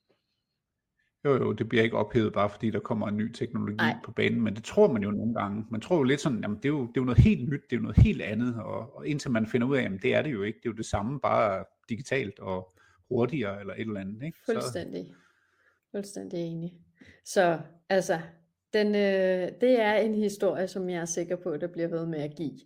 Speaker 2: Jo, jo, det bliver ikke ophævet bare fordi der kommer en ny teknologi
Speaker 1: Ej.
Speaker 2: på banen, men det tror man jo nogle gange. Man tror jo lidt sådan, jamen det er jo, det er jo noget helt nyt, det er jo noget helt andet, og, og indtil man finder ud af, jamen det er det jo ikke, det er jo det samme, bare digitalt og hurtigere eller et eller andet, ikke? Så,
Speaker 1: Fuldstændig. Fuldstændig enig. Så altså, den, øh, det er en historie, som jeg er sikker på, der bliver ved med at give.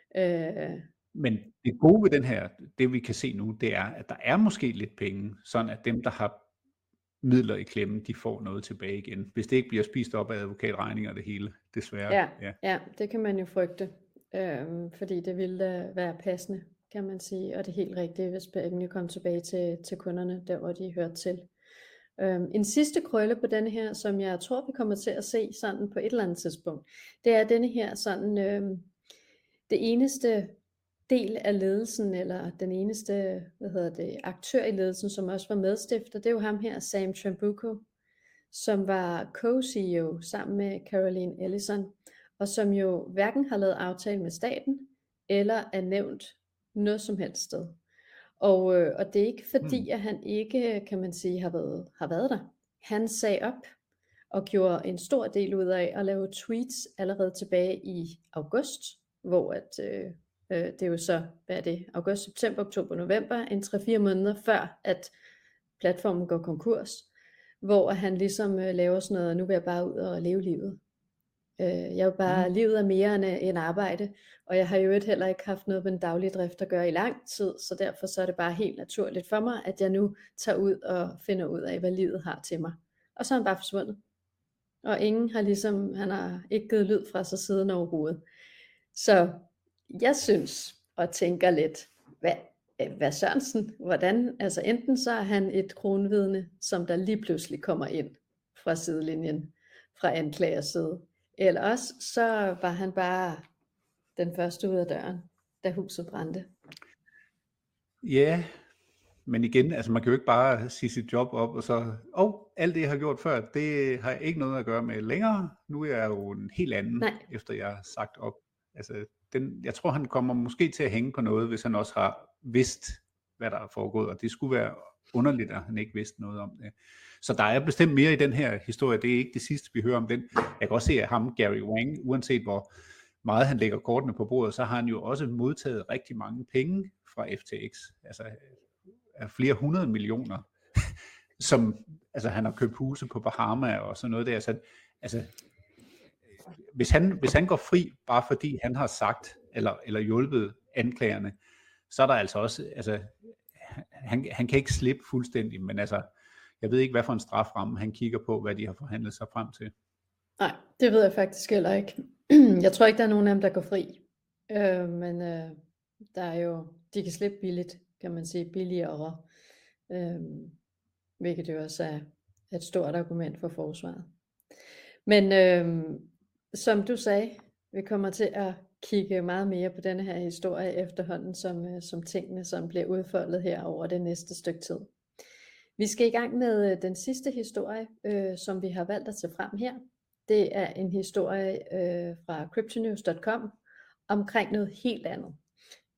Speaker 1: Øh,
Speaker 2: men det gode ved den her, det vi kan se nu, det er, at der er måske lidt penge, sådan at dem, der har midler i klemme, de får noget tilbage igen. Hvis det ikke bliver spist op af advokatregninger og det hele, desværre.
Speaker 1: ja,
Speaker 2: Ja.
Speaker 1: ja, det kan man jo frygte, øh, fordi det ville da være passende, kan man sige, og det er helt rigtigt, hvis pengene kom tilbage til, til kunderne, der hvor de hørte til. Um, en sidste krølle på denne her, som jeg tror vi kommer til at se sådan på et eller andet tidspunkt, det er denne her sådan, øhm, det eneste del af ledelsen, eller den eneste, hvad hedder det, aktør i ledelsen, som også var medstifter, det er jo ham her, Sam Trabucco, som var co-C E O sammen med Caroline Ellison, og som jo hverken har lavet aftale med staten, eller er nævnt noget som helst sted. Og, øh, og det er ikke fordi, at han ikke, kan man sige, har været, har været der. Han sagde op og gjorde en stor del ud af at lave tweets allerede tilbage i august, hvor at, øh, øh, det er jo så, hvad er det, august, september, oktober, november, en tre fire måneder før, at platformen går konkurs, hvor han ligesom øh, laver sådan noget, nu vil jeg bare ud og leve livet. Øh, jeg vil bare, mm. livet er mere end, end arbejde, og jeg har jo heller ikke haft noget med den daglige drift at gøre i lang tid, så derfor så er det bare helt naturligt for mig, at jeg nu tager ud og finder ud af, hvad livet har til mig. Og så er han bare forsvundet. Og ingen har ligesom, han har ikke givet lyd fra sig siden overhovedet. Så jeg synes, og tænker lidt, hvad, hvad Sørensen, hvordan, altså enten så er han et kronvidne, som der lige pludselig kommer ind fra sidelinjen, fra anklagers side, eller også så var han bare den første ud af døren, da huset brændte.
Speaker 2: Ja, men igen, altså man kan jo ikke bare sige sit job op, og så, åh, oh, alt det jeg har gjort før, det har jeg ikke noget at gøre med længere. Nu er jeg jo en helt anden,
Speaker 1: Nej.
Speaker 2: efter jeg har sagt op. Altså, den, jeg tror, han kommer måske til at hænge på noget, hvis han også har vidst, hvad der er foregået, og det skulle være underligt, at han ikke vidste noget om det. Så der er bestemt mere i den her historie. Det er ikke det sidste, vi hører om den. Jeg kan også se, at ham, Gary Wang, uanset hvor meget han lægger kortene på bordet, så har han jo også modtaget rigtig mange penge fra F T X. Altså flere hundrede millioner, som altså, han har købt huse på Bahama og sådan noget der. Så, altså, hvis han, hvis han går fri, bare fordi han har sagt, eller, eller hjulpet anklagerne, så er der altså også, altså, han, han kan ikke slippe fuldstændig, men altså, jeg ved ikke, hvad for en straframme han kigger på, hvad de har forhandlet sig frem til.
Speaker 1: Nej, det ved jeg faktisk heller ikke. Jeg tror ikke, der er nogen af dem, der går fri. Øh, men øh, der er jo, de kan slippe billigt, kan man sige, billigere. Øh, hvilket jo også er et stort argument for forsvaret. Men øh, som du sagde, vi kommer til at kigge meget mere på denne her historie efterhånden, som, som tingene som bliver udfoldet her over det næste stykke tid. Vi skal i gang med den sidste historie, øh, som vi har valgt at tage frem her. Det er en historie øh, fra cryptonews punktum com omkring noget helt andet.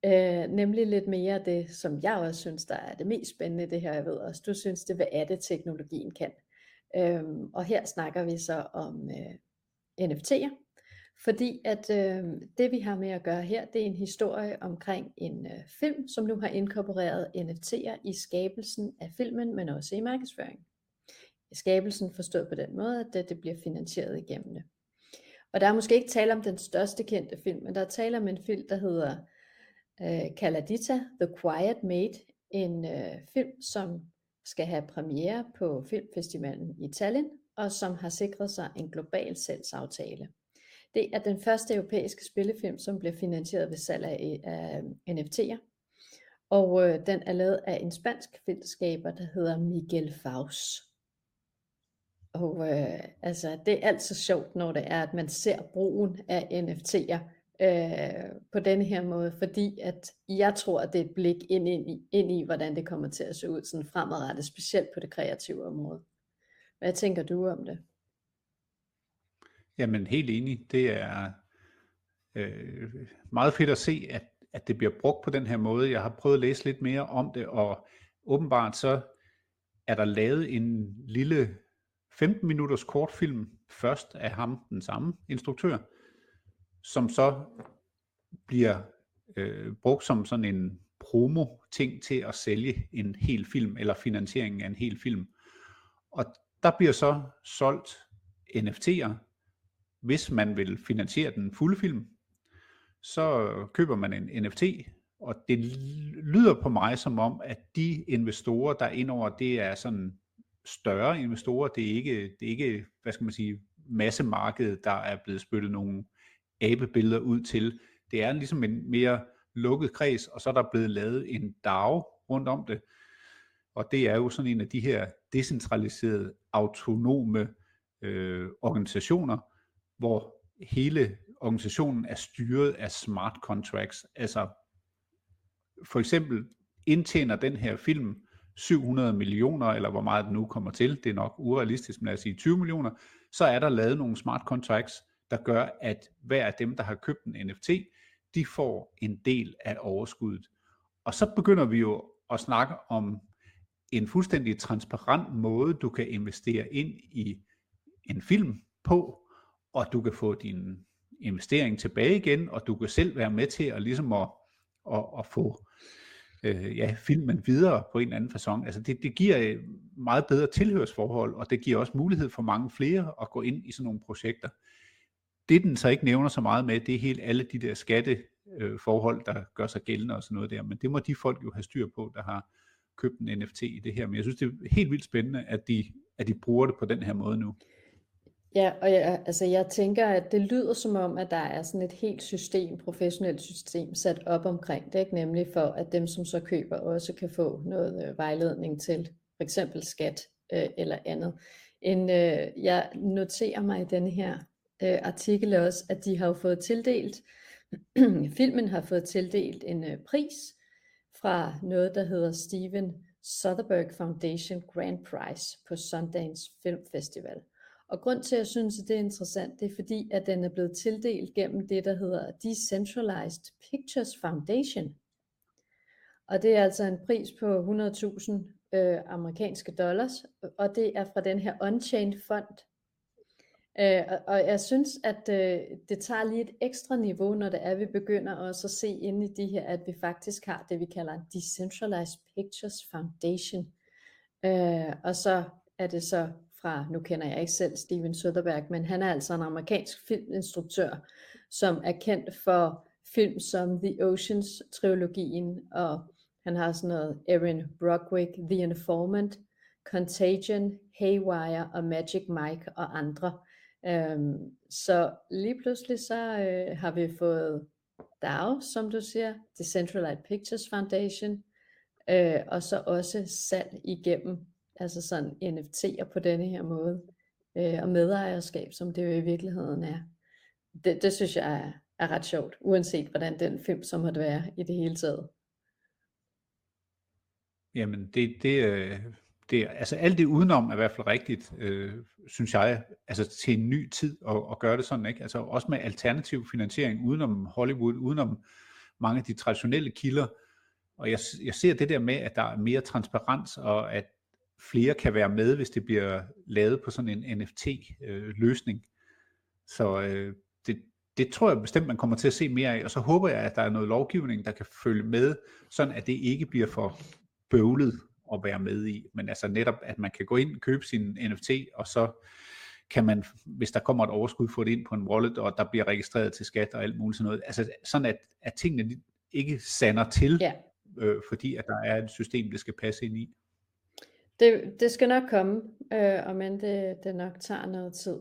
Speaker 1: Øh, nemlig lidt mere det, som jeg også synes, der er det mest spændende i det her. Jeg ved også, du synes det, hvad er det, teknologien kan. Øhm, og her snakker vi så om øh, N F T'er, fordi at øh, det vi har med at gøre her, det er en historie omkring en øh, film, som nu har inkorporeret N F T'er i skabelsen af filmen, men også i markedsføring. I skabelsen forstået på den måde, at det, det bliver finansieret igennem det. Og der er måske ikke tale om den største kendte film, men der er tale om en film, der hedder uh, Kalla-Dita, The Quiet Maid, en uh, film, som skal have premiere på filmfestivalen i Tallinn, og som har sikret sig en global salgsaftale. Det er den første europæiske spillefilm, som bliver finansieret ved salg af, af N F T'er, og uh, den er lavet af en spansk filmskaber, der hedder Miguel Faus. Og øh, altså, det er altid sjovt, når det er, at man ser brugen af N F T'er øh, på denne her måde, fordi at jeg tror, at det er et blik ind, ind, i, ind i, hvordan det kommer til at se ud sådan fremadrettet, specielt på det kreative område. Hvad tænker du om det?
Speaker 2: Jamen helt enig. Det er øh, meget fedt at se, at, at det bliver brugt på den her måde. Jeg har prøvet at læse lidt mere om det, og åbenbart så er der lavet en lille femten minutters kortfilm først af ham, den samme instruktør, som så bliver øh, brugt som sådan en promo-ting til at sælge en hel film, eller finansieringen af en hel film. Og der bliver så solgt N F T'er, hvis man vil finansiere den fulde film, så køber man en N F T, og det lyder på mig som om, at de investorer, der er indover, det er sådan større investorer, det er ikke, det er ikke, hvad skal man sige, massemarkedet, der er blevet spyttet nogle abebilleder ud til. Det er ligesom en mere lukket kreds, og så er der blevet lavet en D A O rundt om det, og det er jo sådan en af de her decentraliserede, autonome øh, organisationer, hvor hele organisationen er styret af smart contracts. Altså for eksempel indtjener den her film syv hundrede millioner, eller hvor meget det nu kommer til, det er nok urealistisk, men lad os sige tyve millioner, så er der lavet nogle smart contracts, der gør, at hver af dem, der har købt en N F T, de får en del af overskuddet. Og så begynder vi jo at snakke om en fuldstændig transparent måde, du kan investere ind i en film på, og du kan få din investering tilbage igen, og du kan selv være med til at ligesom at, at, at få øh, ja, filmen videre på en eller anden facon. Altså det, det giver et meget bedre tilhørsforhold, og det giver også mulighed for mange flere at gå ind i sådan nogle projekter. Det den så ikke nævner så meget med, det er helt alle de der skatteforhold, der gør sig gældende og sådan noget der, men det må de folk jo have styr på, der har købt en N F T i det her. Men jeg synes, det er helt vildt spændende, at de, at de bruger det på den her måde nu.
Speaker 1: Ja, og jeg, altså jeg tænker, at det lyder som om, at der er sådan et helt system, professionelt system sat op omkring det, ikke? Nemlig for, at dem, som så køber, også kan få noget øh, vejledning til for eksempel skat øh, eller andet. En, øh, jeg noterer mig i denne her øh, artikel også, at de har jo fået tildelt, filmen har fået tildelt en øh, pris fra noget, der hedder Steven Soderbergh Foundation Grand Prize på Sundance Film Festival. Og grund til, at jeg synes, at det er interessant, det er fordi, at den er blevet tildelt gennem det, der hedder Decentralized Pictures Foundation. Og det er altså en pris på hundrede tusind øh, amerikanske dollars, og det er fra den her Unchained Fond. Øh, og, og jeg synes, at øh, det tager lige et ekstra niveau, når det er, vi begynder også at se ind i de her, at vi faktisk har det, vi kalder en Decentralized Pictures Foundation. Øh, og så er det så fra, nu kender jeg ikke selv Steven Soderbergh, men han er altså en amerikansk filminstruktør, som er kendt for film som The Oceans-trilogien, og han har sådan noget Erin Brockovich, The Informant, Contagion, Haywire og Magic Mike og andre. Um, så lige pludselig så uh, har vi fået D A O, som du siger, Decentralized Pictures Foundation, uh, og så også salg igennem, altså sådan N F T'er på denne her måde, uh, og medejerskab, som det jo i virkeligheden er. Det, det synes jeg er, er ret sjovt, uanset hvordan den film så måtte være i det hele taget.
Speaker 2: Jamen det, det, det altså alt det udenom er i hvert fald rigtigt, øh, synes jeg, altså til en ny tid at, at gøre det sådan, ikke? Altså også med alternativ finansiering udenom Hollywood, udenom mange af de traditionelle kilder. Og jeg, jeg ser det der med, at der er mere transparens, og at flere kan være med, hvis det bliver lavet på sådan en N F T-løsning. Øh, Så øh, det, det tror jeg bestemt, man kommer til at se mere af. Og så håber jeg, at der er noget lovgivning, der kan følge med, sådan at det ikke bliver for bøvlet at være med i. Men altså netop, at man kan gå ind og købe sin N F T, og så kan man, hvis der kommer et overskud, få det ind på en wallet, og der bliver registreret til skat og alt muligt sådan noget. Altså sådan, at, at tingene ikke sander til,
Speaker 1: Ja.
Speaker 2: øh, fordi at der er et system, det skal passe ind i.
Speaker 1: Det, det skal nok komme, øh, og men det, det nok tager noget tid.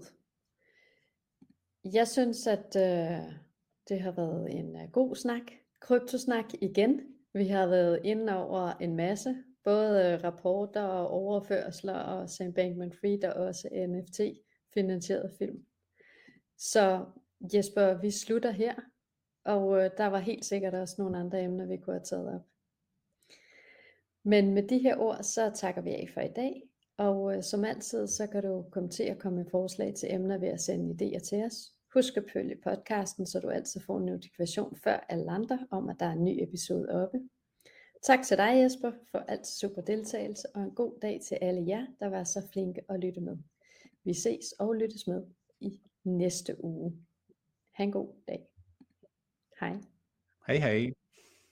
Speaker 1: Jeg synes, at øh, det har været en uh, god snak, kryptosnak igen. Vi har været inde over en masse, både uh, rapporter og overførsler og Sam Bankman-Fried og også N F T-finansieret film. Så Jesper, vi slutter her, og uh, der var helt sikkert også nogle andre emner, vi kunne have taget op. Men med de her ord, så takker vi af for i dag, og uh, som altid, så kan du komme til at komme med forslag til emner ved at sende idéer til os. Husk at følge podcasten, så du altid får en notifikation før alle andre om, at der er en ny episode oppe. Tak til dig, Jesper, for alt super deltagelse, og en god dag til alle jer, der var så flinke at lytte med. Vi ses og lyttes med i næste uge. Ha' en god dag. Hej.
Speaker 2: Hej hej.